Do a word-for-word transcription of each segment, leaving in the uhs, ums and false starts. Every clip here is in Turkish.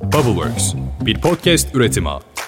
Bubbleworks, bir podcast üretimi.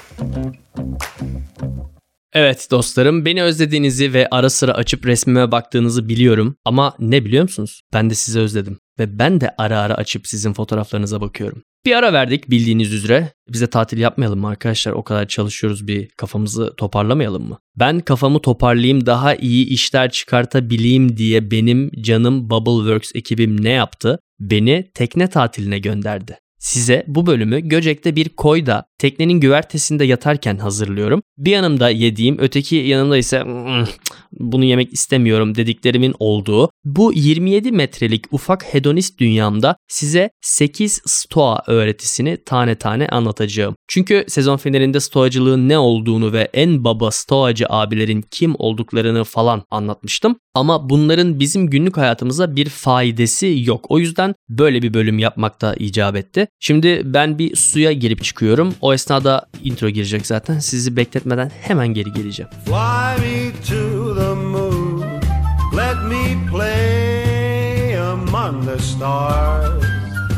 Evet dostlarım, beni özlediğinizi ve ara sıra açıp resmime baktığınızı biliyorum. Ama ne biliyor musunuz? Ben de sizi özledim. Ve ben de ara ara açıp sizin fotoğraflarınıza bakıyorum. Bir ara verdik bildiğiniz üzere. Bize tatil yapmayalım mı arkadaşlar? O kadar çalışıyoruz, bir kafamızı toparlamayalım mı? Ben kafamı toparlayayım, daha iyi işler çıkartabileyim diye benim canım Bubbleworks ekibim ne yaptı? Beni tekne tatiline gönderdi. Size bu bölümü Göcek'te bir koyda teknenin güvertesinde yatarken hazırlıyorum. Bir yanımda yediğim, öteki yanımda ise bunu yemek istemiyorum dediklerimin olduğu bu yirmi yedi metrelik ufak hedonist dünyamda size sekiz Stoa öğretisini tane tane anlatacağım. Çünkü sezon finalinde Stoacılığın ne olduğunu ve en baba Stoacı abilerin kim olduklarını falan anlatmıştım. Ama bunların bizim günlük hayatımıza bir faydası yok. O yüzden böyle bir bölüm yapmakta icap etti. Şimdi ben bir suya girip çıkıyorum. O esnada intro girecek zaten. Sizi bekletmeden hemen geri geleceğim. Fly me to the moon, let me play among the stars.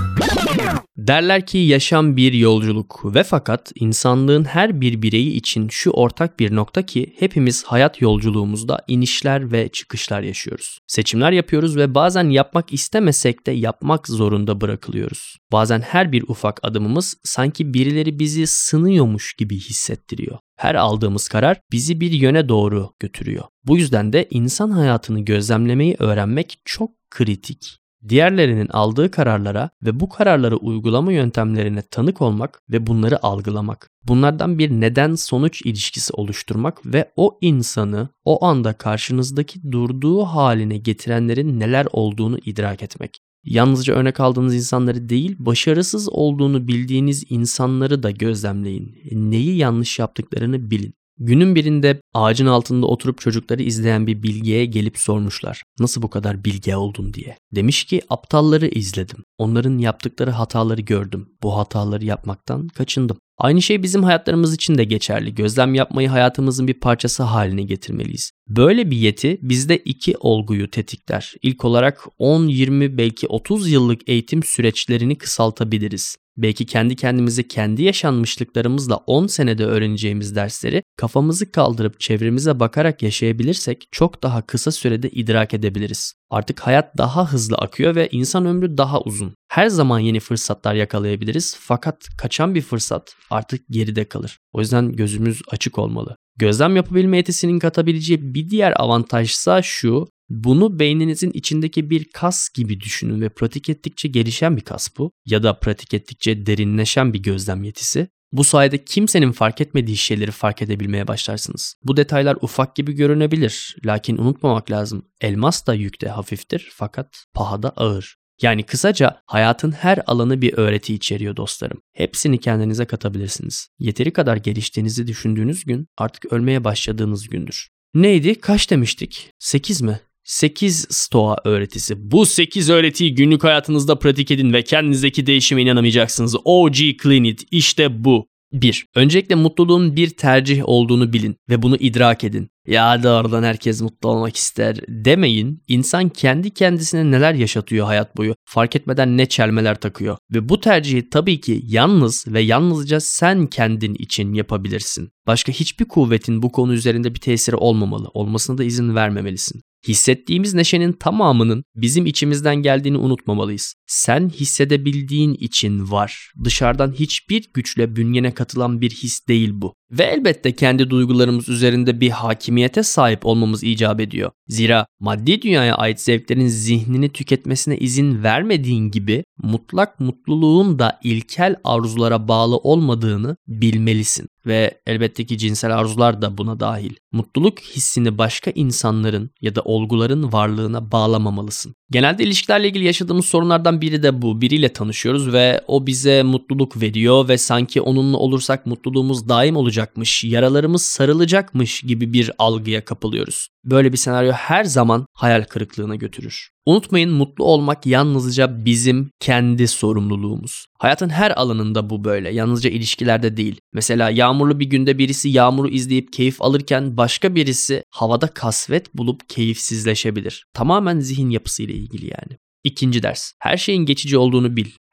Derler ki yaşam bir yolculuk ve fakat insanlığın her bir bireyi için şu ortak bir nokta ki hepimiz hayat yolculuğumuzda inişler ve çıkışlar yaşıyoruz. Seçimler yapıyoruz ve bazen yapmak istemesek de yapmak zorunda bırakılıyoruz. Bazen her bir ufak adımımız sanki birileri bizi sınıyormuş gibi hissettiriyor. Her aldığımız karar bizi bir yöne doğru götürüyor. Bu yüzden de insan hayatını gözlemlemeyi öğrenmek çok kritik. Diğerlerinin aldığı kararlara ve bu kararları uygulama yöntemlerine tanık olmak ve bunları algılamak. Bunlardan bir neden-sonuç ilişkisi oluşturmak ve o insanı o anda karşınızdaki durduğu haline getirenlerin neler olduğunu idrak etmek. Yalnızca örnek aldığınız insanları değil, başarısız olduğunu bildiğiniz insanları da gözlemleyin. Neyi yanlış yaptıklarını bilin. Günün birinde ağacın altında oturup çocukları izleyen bir bilgeye gelip sormuşlar. Nasıl bu kadar bilge oldun diye. Demiş ki aptalları izledim. Onların yaptıkları hataları gördüm. Bu hataları yapmaktan kaçındım. Aynı şey bizim hayatlarımız için de geçerli. Gözlem yapmayı hayatımızın bir parçası haline getirmeliyiz. Böyle bir yeti bizde iki olguyu tetikler. İlk olarak on, yirmi belki otuz yıllık eğitim süreçlerini kısaltabiliriz. Belki kendi kendimize kendi yaşanmışlıklarımızla on senede öğreneceğimiz dersleri kafamızı kaldırıp çevremize bakarak yaşayabilirsek çok daha kısa sürede idrak edebiliriz. Artık hayat daha hızlı akıyor ve insan ömrü daha uzun. Her zaman yeni fırsatlar yakalayabiliriz fakat kaçan bir fırsat artık geride kalır. O yüzden gözümüz açık olmalı. Gözlem yapabilme yetisinin katabileceği bir diğer avantajsa şu: bunu beyninizin içindeki bir kas gibi düşünün ve pratik ettikçe gelişen bir kas bu ya da pratik ettikçe derinleşen bir gözlem yetisi. Bu sayede kimsenin fark etmediği şeyleri fark edebilmeye başlarsınız. Bu detaylar ufak gibi görünebilir, lakin unutmamak lazım. Elmas da yükte hafiftir fakat pahada ağır. Yani kısaca hayatın her alanı bir öğreti içeriyor dostlarım. Hepsini kendinize katabilirsiniz. Yeteri kadar geliştiğinizi düşündüğünüz gün artık ölmeye başladığınız gündür. Neydi? Kaç demiştik? sekiz mi? sekiz Stoa öğretisi. Bu sekiz öğretiyi günlük hayatınızda pratik edin ve kendinizdeki değişime inanamayacaksınız. O G Clean It. İşte bu. bir. Öncelikle mutluluğun bir tercih olduğunu bilin ve bunu idrak edin. Ya da oradan herkes mutlu olmak ister demeyin. İnsan kendi kendisine neler yaşatıyor hayat boyu, fark etmeden ne çelmeler takıyor. Ve bu tercihi tabii ki yalnız ve yalnızca sen kendin için yapabilirsin. Başka hiçbir kuvvetin bu konu üzerinde bir tesiri olmamalı. Olmasına da izin vermemelisin. Hissettiğimiz neşenin tamamının bizim içimizden geldiğini unutmamalıyız. Sen hissedebildiğin için var. Dışarıdan hiçbir güçle bünyene katılan bir his değil bu. Ve elbette kendi duygularımız üzerinde bir hakimiyete sahip olmamız icap ediyor. Zira maddi dünyaya ait zevklerin zihnini tüketmesine izin vermediğin gibi mutlak mutluluğun da ilkel arzulara bağlı olmadığını bilmelisin. Ve elbette ki cinsel arzular da buna dahil. Mutluluk hissini başka insanların ya da olguların varlığına bağlamamalısın. Genelde ilişkilerle ilgili yaşadığımız sorunlardan biri de bu. Biriyle tanışıyoruz ve o bize mutluluk veriyor ve sanki onunla olursak mutluluğumuz daim olacakmış, yaralarımız sarılacakmış gibi bir algıya kapılıyoruz. Böyle bir senaryo her zaman hayal kırıklığına götürür. Unutmayın, mutlu olmak yalnızca bizim kendi sorumluluğumuz. Hayatın her alanında bu böyle. Yalnızca ilişkilerde değil. Mesela yağmurlu bir günde birisi yağmuru izleyip keyif alırken başka birisi havada kasvet bulup keyifsizleşebilir. Tamamen zihin yapısıyla ilgili yani. İkinci ders. Her şeyin geçici olduğunu bil.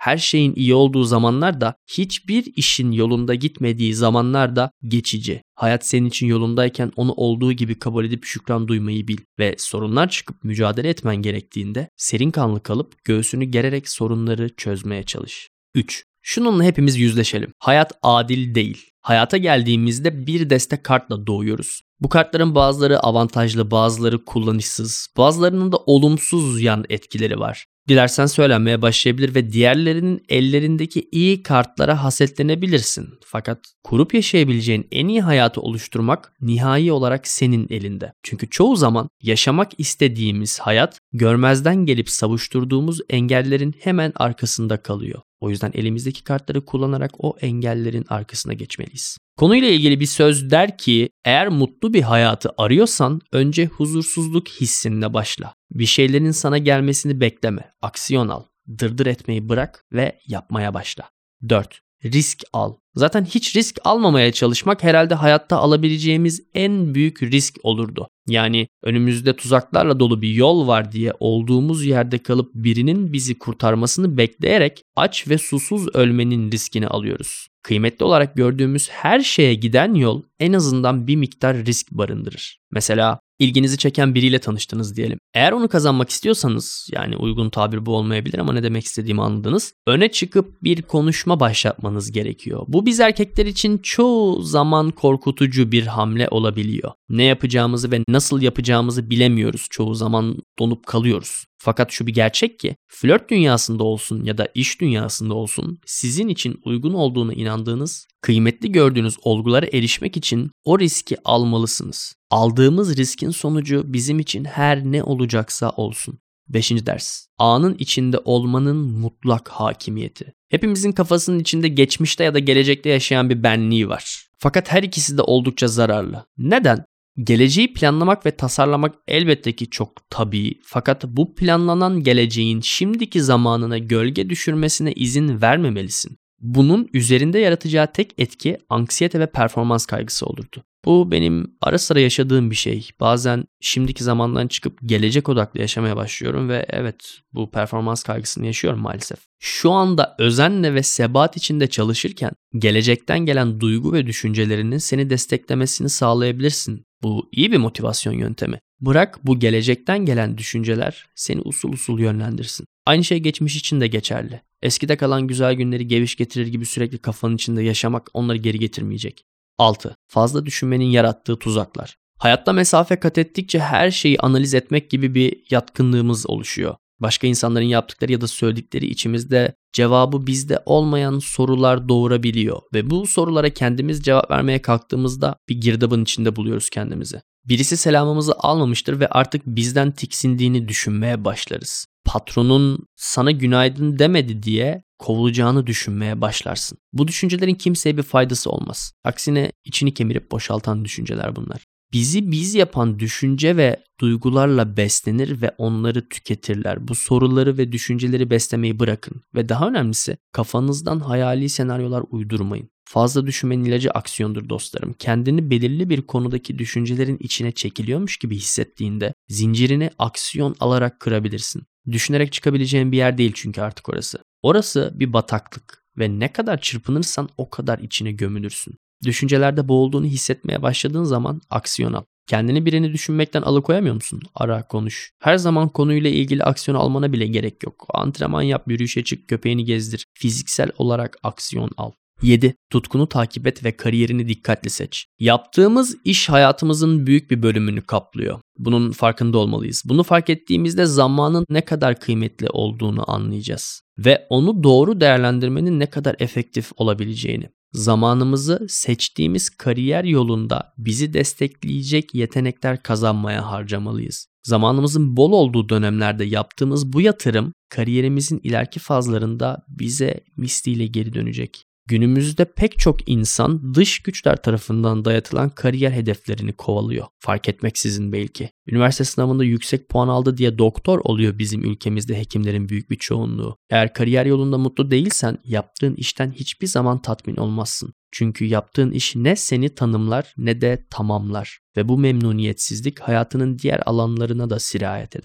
Her şeyin iyi olduğu zamanlar da, hiçbir işin yolunda gitmediği zamanlar da geçici. Hayat senin için yolundayken onu olduğu gibi kabul edip şükran duymayı bil ve sorunlar çıkıp mücadele etmen gerektiğinde serin kanlı kalıp göğsünü gererek sorunları çözmeye çalış. üç. Şununla hepimiz yüzleşelim. Hayat adil değil. Hayata geldiğimizde bir deste kartla doğuyoruz. Bu kartların bazıları avantajlı, bazıları kullanışsız, bazılarının da olumsuz yan etkileri var. Dilersen söylenmeye başlayabilir ve diğerlerinin ellerindeki iyi kartlara hasetlenebilirsin. Fakat kurup yaşayabileceğin en iyi hayatı oluşturmak nihai olarak senin elinde. Çünkü çoğu zaman yaşamak istediğimiz hayat görmezden gelip savuşturduğumuz engellerin hemen arkasında kalıyor. O yüzden elimizdeki kartları kullanarak o engellerin arkasına geçmeliyiz. Konuyla ilgili bir söz der ki, eğer mutlu bir hayatı arıyorsan önce huzursuzluk hissinle başla. Bir şeylerin sana gelmesini bekleme, aksiyon al, dırdır etmeyi bırak ve yapmaya başla. dört. Risk al. Zaten hiç risk almamaya çalışmak herhalde hayatta alabileceğimiz en büyük risk olurdu. Yani önümüzde tuzaklarla dolu bir yol var diye olduğumuz yerde kalıp birinin bizi kurtarmasını bekleyerek aç ve susuz ölmenin riskini alıyoruz. Kıymetli olarak gördüğümüz her şeye giden yol en azından bir miktar risk barındırır. Mesela ilginizi çeken biriyle tanıştınız diyelim. Eğer onu kazanmak istiyorsanız, yani uygun tabir bu olmayabilir ama ne demek istediğimi anladınız. Öne çıkıp bir konuşma başlatmanız gerekiyor. Bu biz erkekler için çoğu zaman korkutucu bir hamle olabiliyor. Ne yapacağımızı ve nasıl yapacağımızı bilemiyoruz. Çoğu zaman donup kalıyoruz. Fakat şu bir gerçek ki flört dünyasında olsun ya da iş dünyasında olsun sizin için uygun olduğuna inandığınız, kıymetli gördüğünüz olgulara erişmek için o riski almalısınız. Aldığımız riskin sonucu bizim için her ne olacaksa olsun. Beşinci ders. Anın içinde olmanın mutlak hakimiyeti. Hepimizin kafasının içinde geçmişte ya da gelecekte yaşayan bir benliği var. Fakat her ikisi de oldukça zararlı. Neden? Geleceği planlamak ve tasarlamak elbette ki çok tabii, fakat bu planlanan geleceğin şimdiki zamanına gölge düşürmesine izin vermemelisin. Bunun üzerinde yaratacağı tek etki anksiyete ve performans kaygısı olurdu. Bu benim ara sıra yaşadığım bir şey. Bazen şimdiki zamandan çıkıp gelecek odaklı yaşamaya başlıyorum ve evet, bu performans kaygısını yaşıyorum maalesef. Şu anda özenle ve sebat içinde çalışırken gelecekten gelen duygu ve düşüncelerinin seni desteklemesini sağlayabilirsin. Bu iyi bir motivasyon yöntemi. Bırak bu gelecekten gelen düşünceler seni usul usul yönlendirsin. Aynı şey geçmiş için de geçerli. Eskide kalan güzel günleri geviş getirir gibi sürekli kafanın içinde yaşamak onları geri getirmeyecek. altı. Fazla düşünmenin yarattığı tuzaklar. Hayatta mesafe kat ettikçe her şeyi analiz etmek gibi bir yatkınlığımız oluşuyor. Başka insanların yaptıkları ya da söyledikleri içimizde cevabı bizde olmayan sorular doğurabiliyor ve bu sorulara kendimiz cevap vermeye kalktığımızda bir girdabın içinde buluyoruz kendimizi. Birisi selamımızı almamıştır ve artık bizden tiksindiğini düşünmeye başlarız. Patronun sana günaydın demedi diye kovulacağını düşünmeye başlarsın. Bu düşüncelerin kimseye bir faydası olmaz. Aksine içini kemirip boşaltan düşünceler bunlar. Bizi biz yapan düşünce ve duygularla beslenir ve onları tüketirler. Bu soruları ve düşünceleri beslemeyi bırakın ve daha önemlisi kafanızdan hayali senaryolar uydurmayın. Fazla düşünmenin ilacı aksiyondur dostlarım. Kendini belirli bir konudaki düşüncelerin içine çekiliyormuş gibi hissettiğinde zincirini aksiyon alarak kırabilirsin. Düşünerek çıkabileceğin bir yer değil çünkü artık orası. Orası bir bataklık ve ne kadar çırpınırsan o kadar içine gömülürsün. Düşüncelerde boğulduğunu hissetmeye başladığın zaman aksiyon al. Kendini birini düşünmekten alıkoyamıyor musun? Ara, konuş. Her zaman konuyla ilgili aksiyon almana bile gerek yok. Antrenman yap, yürüyüşe çık, köpeğini gezdir. Fiziksel olarak aksiyon al. yedi. Tutkunu takip et ve kariyerini dikkatli seç. Yaptığımız iş hayatımızın büyük bir bölümünü kaplıyor. Bunun farkında olmalıyız. Bunu fark ettiğimizde zamanın ne kadar kıymetli olduğunu anlayacağız. Ve onu doğru değerlendirmenin ne kadar efektif olabileceğini. Zamanımızı seçtiğimiz kariyer yolunda bizi destekleyecek yetenekler kazanmaya harcamalıyız. Zamanımızın bol olduğu dönemlerde yaptığımız bu yatırım kariyerimizin ileriki fazlarında bize misliyle geri dönecek. Günümüzde pek çok insan dış güçler tarafından dayatılan kariyer hedeflerini kovalıyor. Fark etmeksizin belki. Üniversite sınavında yüksek puan aldı diye doktor oluyor bizim ülkemizde hekimlerin büyük bir çoğunluğu. Eğer kariyer yolunda mutlu değilsen yaptığın işten hiçbir zaman tatmin olmazsın. Çünkü yaptığın iş ne seni tanımlar ne de tamamlar. Ve bu memnuniyetsizlik hayatının diğer alanlarına da sirayet eder.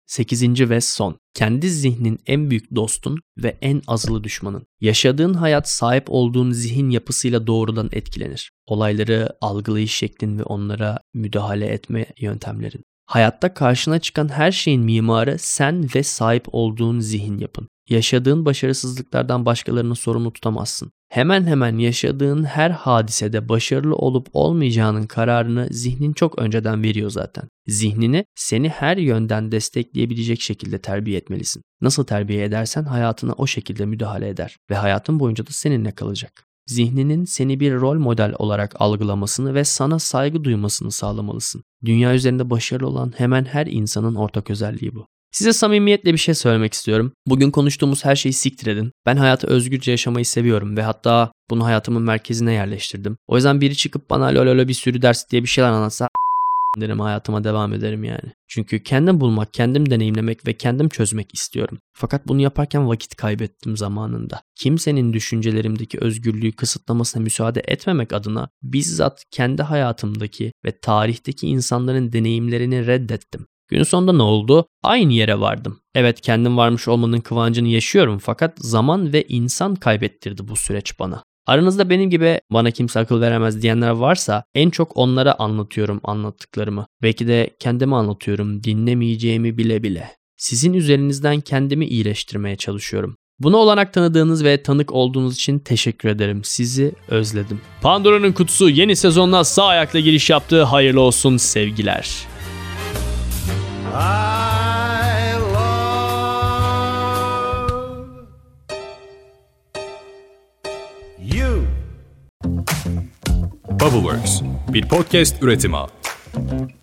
Sekizinci ve son. Kendi zihnin en büyük dostun ve en azılı düşmanın. Yaşadığın hayat sahip olduğun zihin yapısıyla doğrudan etkilenir. Olayları algılayış şeklin ve onlara müdahale etme yöntemlerin. Hayatta karşına çıkan her şeyin mimarı sen ve sahip olduğun zihin yapın. Yaşadığın başarısızlıklardan başkalarını sorumlu tutamazsın. Hemen hemen yaşadığın her hadisede başarılı olup olmayacağının kararını zihnin çok önceden veriyor zaten. Zihnini seni her yönden destekleyebilecek şekilde terbiye etmelisin. Nasıl terbiye edersen hayatına o şekilde müdahale eder ve hayatın boyunca da seninle kalacak. Zihninin seni bir rol model olarak algılamasını ve sana saygı duymasını sağlamalısın. Dünya üzerinde başarılı olan hemen her insanın ortak özelliği bu. Size samimiyetle bir şey söylemek istiyorum. Bugün konuştuğumuz her şeyi siktir edin. Ben hayatı özgürce yaşamayı seviyorum ve hatta bunu hayatımın merkezine yerleştirdim. O yüzden biri çıkıp bana lololo bir sürü ders diye bir şeyler anlatsa derim, hayatıma devam ederim yani. Çünkü kendim bulmak, kendim deneyimlemek ve kendim çözmek istiyorum. Fakat bunu yaparken vakit kaybettim zamanında. Kimsenin düşüncelerimdeki özgürlüğü kısıtlamasına müsaade etmemek adına bizzat kendi hayatımdaki ve tarihteki insanların deneyimlerini reddettim. Günün sonunda ne oldu? Aynı yere vardım. Evet, kendim varmış olmanın kıvancını yaşıyorum fakat zaman ve insan kaybettirdi bu süreç bana. Aranızda benim gibi bana kimse akıl veremez diyenler varsa en çok onlara anlatıyorum anlattıklarımı. Belki de kendime anlatıyorum dinlemeyeceğimi bile bile. Sizin üzerinizden kendimi iyileştirmeye çalışıyorum. Buna olanak tanıdığınız ve tanık olduğunuz için teşekkür ederim. Sizi özledim. Pandora'nın Kutusu yeni sezonuna sağ ayakla giriş yaptı. Hayırlı olsun, sevgiler. I love you. Bubbleworks, bir podcast üretimi.